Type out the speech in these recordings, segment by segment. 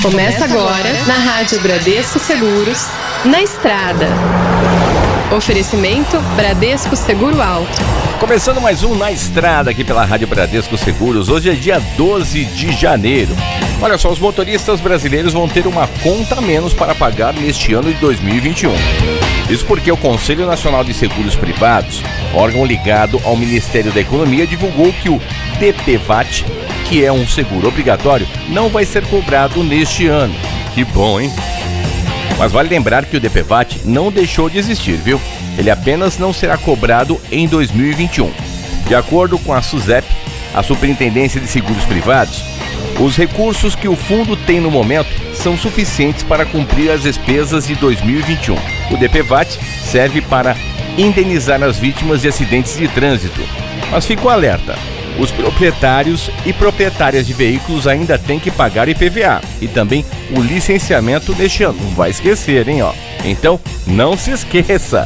Começa agora na Rádio Bradesco Seguros, na estrada. Oferecimento Bradesco Seguro Alto. Começando mais um Na Estrada aqui pela Rádio Bradesco Seguros. Hoje é dia 12 de janeiro. Olha só, os motoristas brasileiros vão ter uma conta a menos para pagar neste ano de 2021. Isso porque o Conselho Nacional de Seguros Privados, órgão ligado ao Ministério da Economia, divulgou que o DPVAT, que é um seguro obrigatório, não vai ser cobrado neste ano. Que bom, hein? Mas vale lembrar que o DPVAT não deixou de existir, viu? Ele apenas não será cobrado em 2021. De acordo com a SUSEP, a Superintendência de Seguros Privados, os recursos que o fundo tem no momento são suficientes para cumprir as despesas de 2021. O DPVAT serve para indenizar as vítimas de acidentes de trânsito. Mas fica o alerta: os proprietários e proprietárias de veículos ainda têm que pagar IPVA e também o licenciamento neste ano. Não vai esquecer, hein, ó. Então, não se esqueça.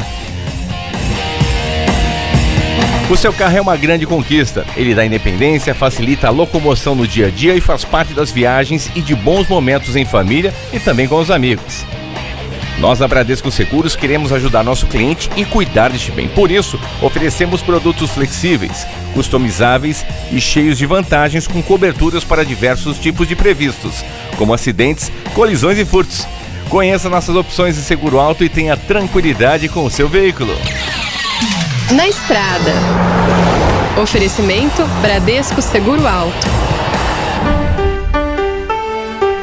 O seu carro é uma grande conquista. Ele dá independência, facilita a locomoção no dia a dia e faz parte das viagens e de bons momentos em família e também com os amigos. Nós da Bradesco Seguros queremos ajudar nosso cliente e cuidar deste bem. Por isso, oferecemos produtos flexíveis, customizáveis e cheios de vantagens com coberturas para diversos tipos de imprevistos, como acidentes, colisões e furtos. Conheça nossas opções de seguro alto e tenha tranquilidade com o seu veículo. Na estrada. Oferecimento Bradesco Seguro Alto.